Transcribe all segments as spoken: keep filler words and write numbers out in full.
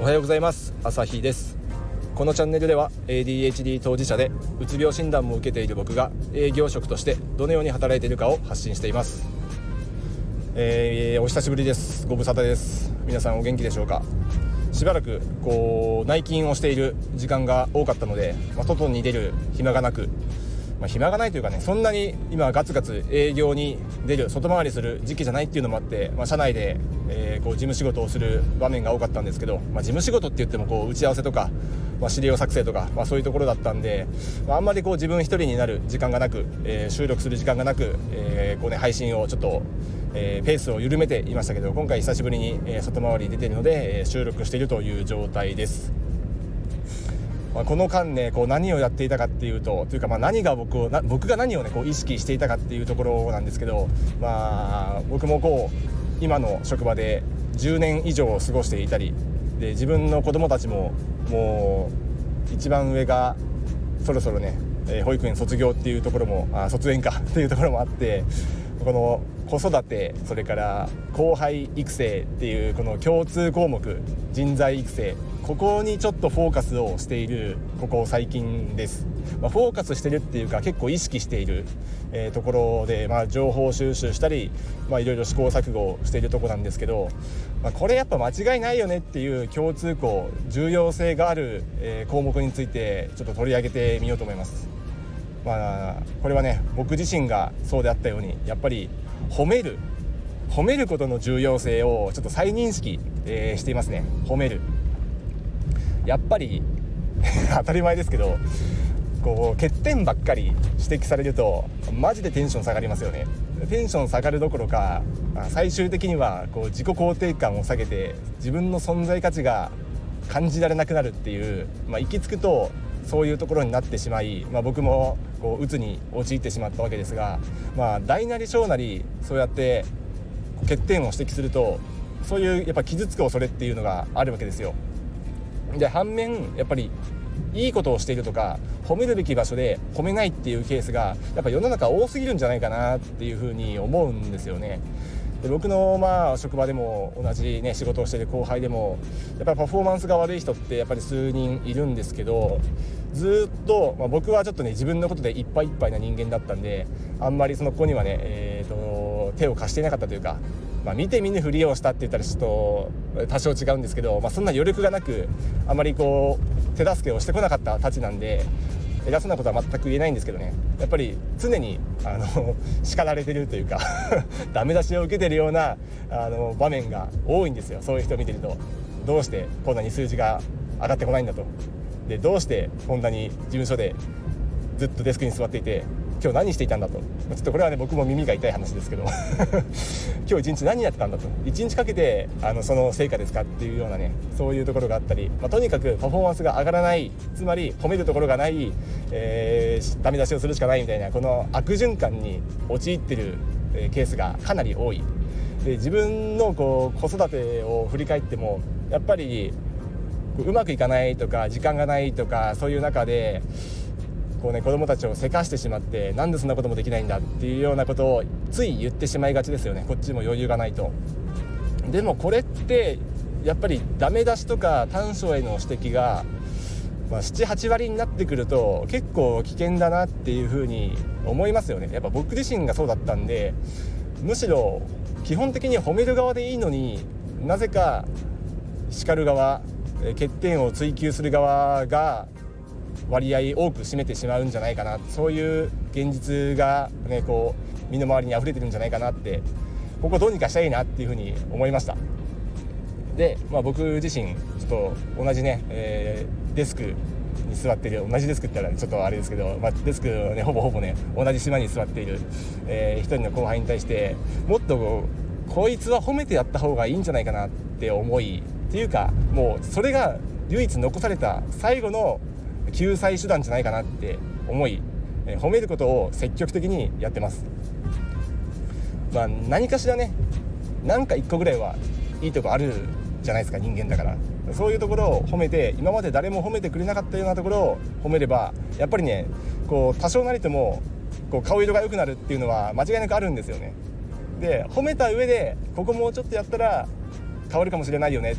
はようございます。朝日です。このチャンネルでは エーディーエイチディー 当事者でうつ病診断も受けている僕が営業職としてどのように働いているかを発信しています。えー、お久しぶりです。ご無沙汰です。皆さんお元気でしょうか。しばらくこう内勤をしている時間が多かったので、まあ、外に出る暇がなく、まあ、暇がないというかね、そんなに今ガツガツ営業に出る外回りする時期じゃないっていうのもあって、まあ、社内で、えー、こう事務仕事をする場面が多かったんですけど、まあ、事務仕事って言ってもこう打ち合わせとか、まあ、資料作成とか、まあ、そういうところだったんで、まあ、あんまりこう自分一人になる時間がなく、えー、収録する時間がなく、えーこうね、配信をちょっと、えー、ペースを緩めていましたけど、今回久しぶりに、えー、外回り出ているので、えー、収録しているという状態です。まあ、この間ねこう何をやっていたかっていうとというか、まあ、何が僕をな僕が何をねこう意識していたかっていうところなんですけど、まあ僕もこう今の職場でじゅうねん以上過ごしていたりで、自分の子供たちももう一番上がそろそろね、えー、保育園卒業っていうところもあ卒園かっていうところもあって、この子育てそれから後輩育成っていうこの共通項目、人材育成、ここにちょっとフォーカスをしているここ最近です。まあ、フォーカスしてるっていうか結構意識している、えー、ところで、まあ、情報収集したり、まあ、いろいろ試行錯誤しているところなんですけど、まあ、これやっぱ間違いないよねっていう共通項、重要性がある、えー、項目についてちょっと取り上げてみようと思います。まあ、これはね僕自身がそうであったように、やっぱり褒める褒めることの重要性をちょっと再認識、えー、していますね。褒める、やっぱり当たり前ですけど、こう欠点ばっかり指摘されるとマジでテンション下がりますよね。テンション下がるどころか、最終的にはこう自己肯定感を下げて自分の存在価値が感じられなくなるっていう、まあ、行き着くとそういうところになってしまい、まあ、僕もこう鬱に陥ってしまったわけですが、まあ、大なり小なりそうやって欠点を指摘するとそういうやっぱ傷つく恐れっていうのがあるわけですよ。で反面やっぱりいいことをしているとか褒めるべき場所で褒めないっていうケースがやっぱ世の中多すぎるんじゃないかなっていうふうに思うんですよね。で僕のまあ職場でも同じね仕事をしている後輩でもやっぱりパフォーマンスが悪い人ってやっぱり数人いるんですけど、ずっと、まあ、僕はちょっとね自分のことでいっぱいいっぱいな人間だったんで、あんまりその子にはね、えーと手を貸していなかったというか、まあ、見て見ぬふりをしたって言ったらちょっと多少違うんですけど、まあ、そんな余力がなくあまりこう手助けをしてこなかったたちなんで偉そうなことは全く言えないんですけどね、やっぱり常にあの叱られてるというかダメ出しを受けてるようなあの場面が多いんですよ。そういう人を見てると、どうしてこんなに数字が上がってこないんだと、でどうしてこんなに事務所でずっとデスクに座っていて今日何していたんだと、ちょっとこれはね僕も耳が痛い話ですけど今日一日何やってたんだと、一日かけてあのその成果ですかっていうようなね、そういうところがあったり、まあ、とにかくパフォーマンスが上がらない、つまり褒めるところがない、えー、ダメ出しをするしかないみたいな、この悪循環に陥ってる、えー、ケースがかなり多い。で自分のこう子育てを振り返ってもやっぱりうまくいかないとか時間がないとか、そういう中でこうね、子供たちをせかしてしまって、なんでそんなこともできないんだっていうようなことをつい言ってしまいがちですよね。こっちも余裕がないと。でもこれってやっぱりダメ出しとか短所への指摘が、まあ、ななはち割になってくると結構危険だなっていうふうに思いますよね。やっぱ僕自身がそうだったんで、むしろ基本的に褒める側でいいのになぜか叱る側、欠点を追求する側が割合多く占めてしまうんじゃないかな、そういう現実が、ね、こう身の回りに溢れてるんじゃないかなって、ここどうにかしたいなっていうふうに思いました。で、まあ、僕自身ちょっと同じね、えー、デスクに座っている、同じデスクって言ったらちょっとあれですけど、まあ、デスクをねほぼほぼね同じ島に座っている、えー、一人の後輩に対してもっとこうこいつは褒めてやった方がいいんじゃないかなって思いっていうか、もうそれが唯一残された最後の救済手段じゃないかなって思い、えー、褒めることを積極的にやってます。まあ、何かしらね、なんかいっこぐらいはいいとこあるじゃないですか、人間だから。そういうところを褒めて、今まで誰も褒めてくれなかったようなところを褒めれば、やっぱりねこう多少なりともこう顔色が良くなるっていうのは間違いなくあるんですよね。で褒めた上でここもうちょっとやったら変わるかもしれないよねっ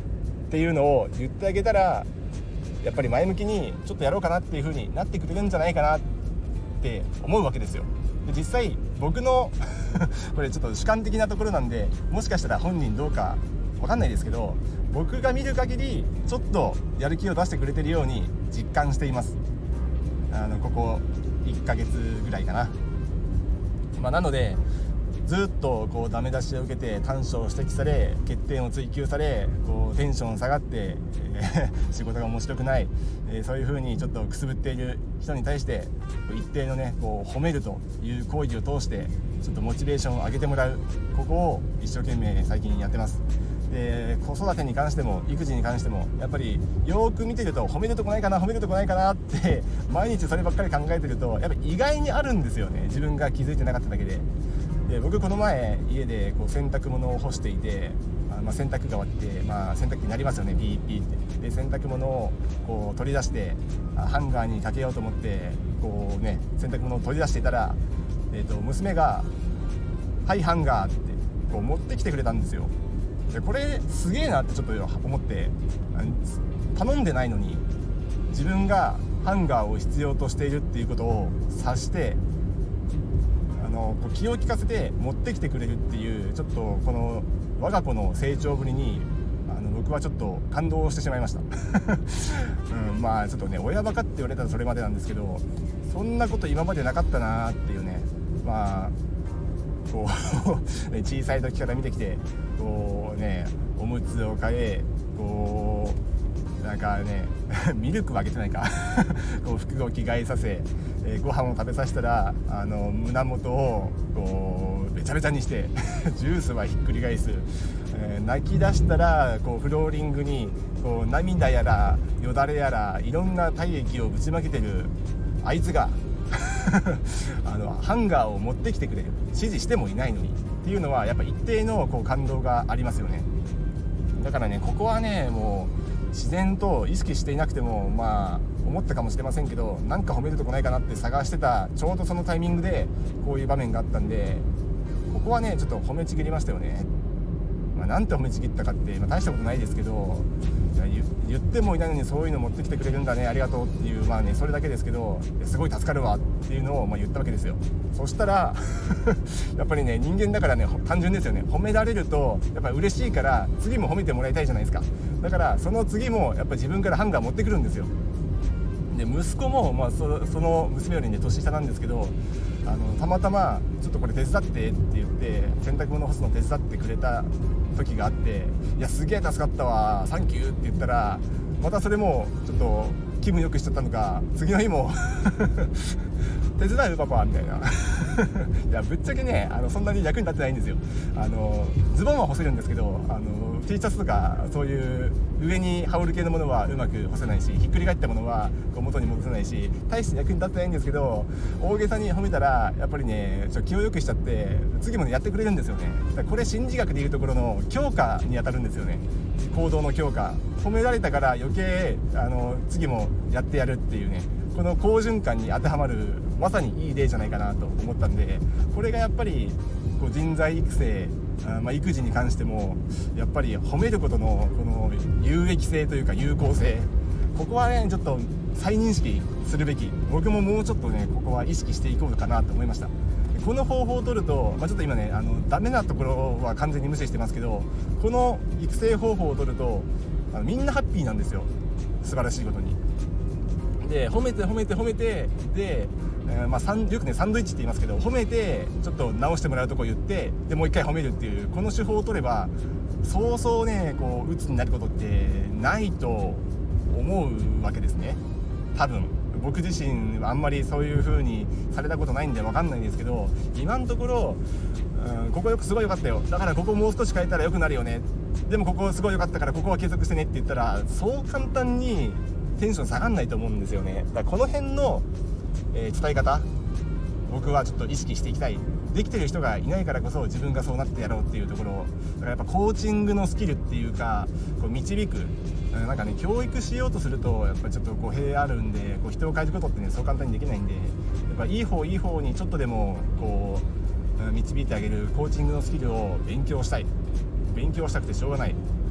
っていうのを言ってあげたら、やっぱり前向きにちょっとやろうかなっていう風になってくれるんじゃないかなって思うわけですよ。で実際僕のこれちょっと主観的なところなんで、もしかしたら本人どうか分かんないですけど、僕が見る限りちょっとやる気を出してくれてるように実感しています。あのここいっかげつぐらいかな。まあ、なのでずっとこうダメ出しを受けて短所を指摘され、欠点を追求され、こうテンション下がって、えー、仕事が面白くない、えー、そういう風にちょっとくすぶっている人に対して一定のねこう褒めるという行為を通してちょっとモチベーションを上げてもらう、ここを一生懸命最近やってます。で子育てに関しても育児に関してもやっぱりよく見てると褒めるとこないかな褒めるとこないかなって毎日そればっかり考えてるとやっぱり意外にあるんですよね、自分が気づいてなかっただけで。で僕この前家でこう洗濯物を干していて、あ、まあ、洗濯が終わって、まあ、洗濯機になりますよね、ピーピーって。で洗濯物をこう取り出してハンガーにかけようと思ってこう、ね、洗濯物を取り出していたら、えー、と娘がはいハンガーってこう持ってきてくれたんですよ。でこれすげえなってちょっと思って、頼んでないのに自分がハンガーを必要としているっていうことを察して、あのこう気を利かせて持ってきてくれるっていう、ちょっとこの我が子の成長ぶりにあの僕はちょっと感動してしまいました、うん、まあちょっとね親バカって言われたらそれまでなんですけど、そんなこと今までなかったなっていうね。まあこう小さい時から見てきてこうねおむつを替え、こうなんかねミルクはあげてないかこう服を着替えさせ、えー、ご飯を食べさせたらあの胸元をこうべちゃべちゃにしてジュースはひっくり返す、えー、泣き出したらこうフローリングにこう涙やらよだれやらいろんな体液をぶちまけてるあいつがあのハンガーを持ってきてくれる、指示してもいないのにっていうのはやっぱ一定のこう感動がありますよね。だからねここはねもう自然と意識していなくてもまあ思ったかもしれませんけど、なんか褒めるとこないかなって探してたちょうどそのタイミングでこういう場面があったんで、ここはねちょっと褒めちぎりましたよね。まあ、なんて褒めちぎったかって、まあ、大したことないですけど、言ってもいないのにそういうの持ってきてくれるんだねありがとうっていう、まあねそれだけですけど、すごい助かるわっていうのをまあ言ったわけですよ。そしたらやっぱりね人間だからね単純ですよね。褒められるとやっぱり嬉しいから次も褒めてもらいたいじゃないですか。だからその次もやっぱ自分からハンガー持ってくるんですよ。で息子も、まあ、そ, その娘よりね年下なんですけど、あのたまたまちょっとこれ手伝ってって言って洗濯物干すの手伝ってくれた時があって、いやすげえ助かったわサンキューって言ったら、またそれもちょっと気分良くしちゃったのか次の日も手伝うパパみたいないやぶっちゃけねあのそんなに役に立ってないんですよ。あのズボンは干せるんですけど、あの T シャツとかそういう上に羽織る系のものはうまく干せないし、ひっくり返ったものはこう元に戻せないし、大して役に立ってないんですけど、大げさに褒めたらやっぱりねちょっと気を良くしちゃって次もねやってくれるんですよね。だからこれ心理学でいうところの強化に当たるんですよね。行動の強化、褒められたから余計あの次もやってやるっていうね、この好循環に当てはまるまさにいい例じゃないかなと思ったんで、これがやっぱりこう人材育成、あ、まあ、育児に関してもやっぱり褒めることのこの有益性というか有効性、ここはねちょっと再認識するべき、僕ももうちょっとねここは意識していこうかなと思いました。この方法を取ると、まあ、ちょっと今ねあのダメなところは完全に無視してますけど、この育成方法を取るとあのみんなハッピーなんですよ、素晴らしいことに。で褒めて褒めて褒めてで、えーまあ、よくねサンドイッチって言いますけど、褒めてちょっと直してもらうとこ言ってでもう一回褒めるっていうこの手法を取ればそうそうねこう鬱になることってないと思うわけですね。多分僕自身はあんまりそういう風にされたことないんで分かんないんですけど、今のところ、うん、ここよくすごい良かったよ、だからここもう少し変えたら良くなるよね、でもここすごい良かったからここは継続してねって言ったらそう簡単にテンション下がんないと思うんですよね。だからこの辺の、えー、伝え方僕はちょっと意識していきたい。できてる人がいないからこそ自分がそうなってやろうっていうところだから、やっぱコーチングのスキルっていうかこう導く、なんかね教育しようとするとやっぱりちょっと語弊あるんで、こう人を変えることってねそう簡単にできないんで、やっぱいい方いい方にちょっとでもこう導いてあげるコーチングのスキルを勉強したい、勉強したくてしょうがない、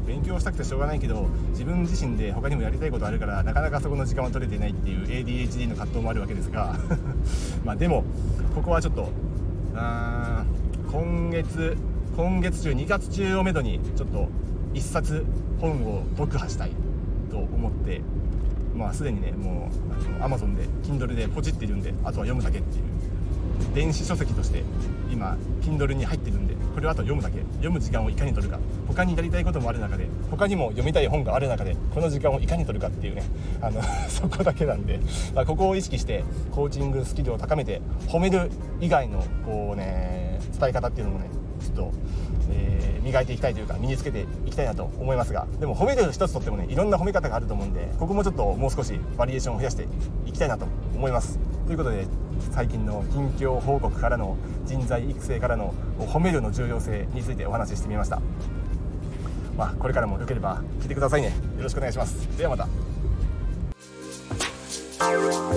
勉強したくてしょうがないけど自分自身で他にもやりたいことあるからなかなかそこの時間は取れてないっていう エーディーエイチディー の葛藤もあるわけですがまあでもここはちょっとあ今月今月中にがつ中をめどにちょっと一冊本を読破したいと思って、まあすでにねもう Amazon で Kindle でポチっているんで、あとは読むだけっていう電子書籍として今 Kindle に入ってるんで、これをあと読むだけ、読む時間をいかに取るか、他にやりたいこともある中で他にも読みたい本がある中でこの時間をいかに取るかっていうね、あのそこだけなんで、まあ、ここを意識してコーチングスキルを高めて、褒める以外のこうね伝え方っていうのもねちょっと、えー、磨いていきたいというか身につけていきたいなと思いますが、でも褒める一つとってもねいろんな褒め方があると思うんで、ここもちょっともう少しバリエーションを増やしていきたいなと思います。ということで最近の近況報告からの人材育成からの褒めるの重要性についてお話ししてみました。まあこれからもよければ聞いてくださいね。よろしくお願いします。ではまた。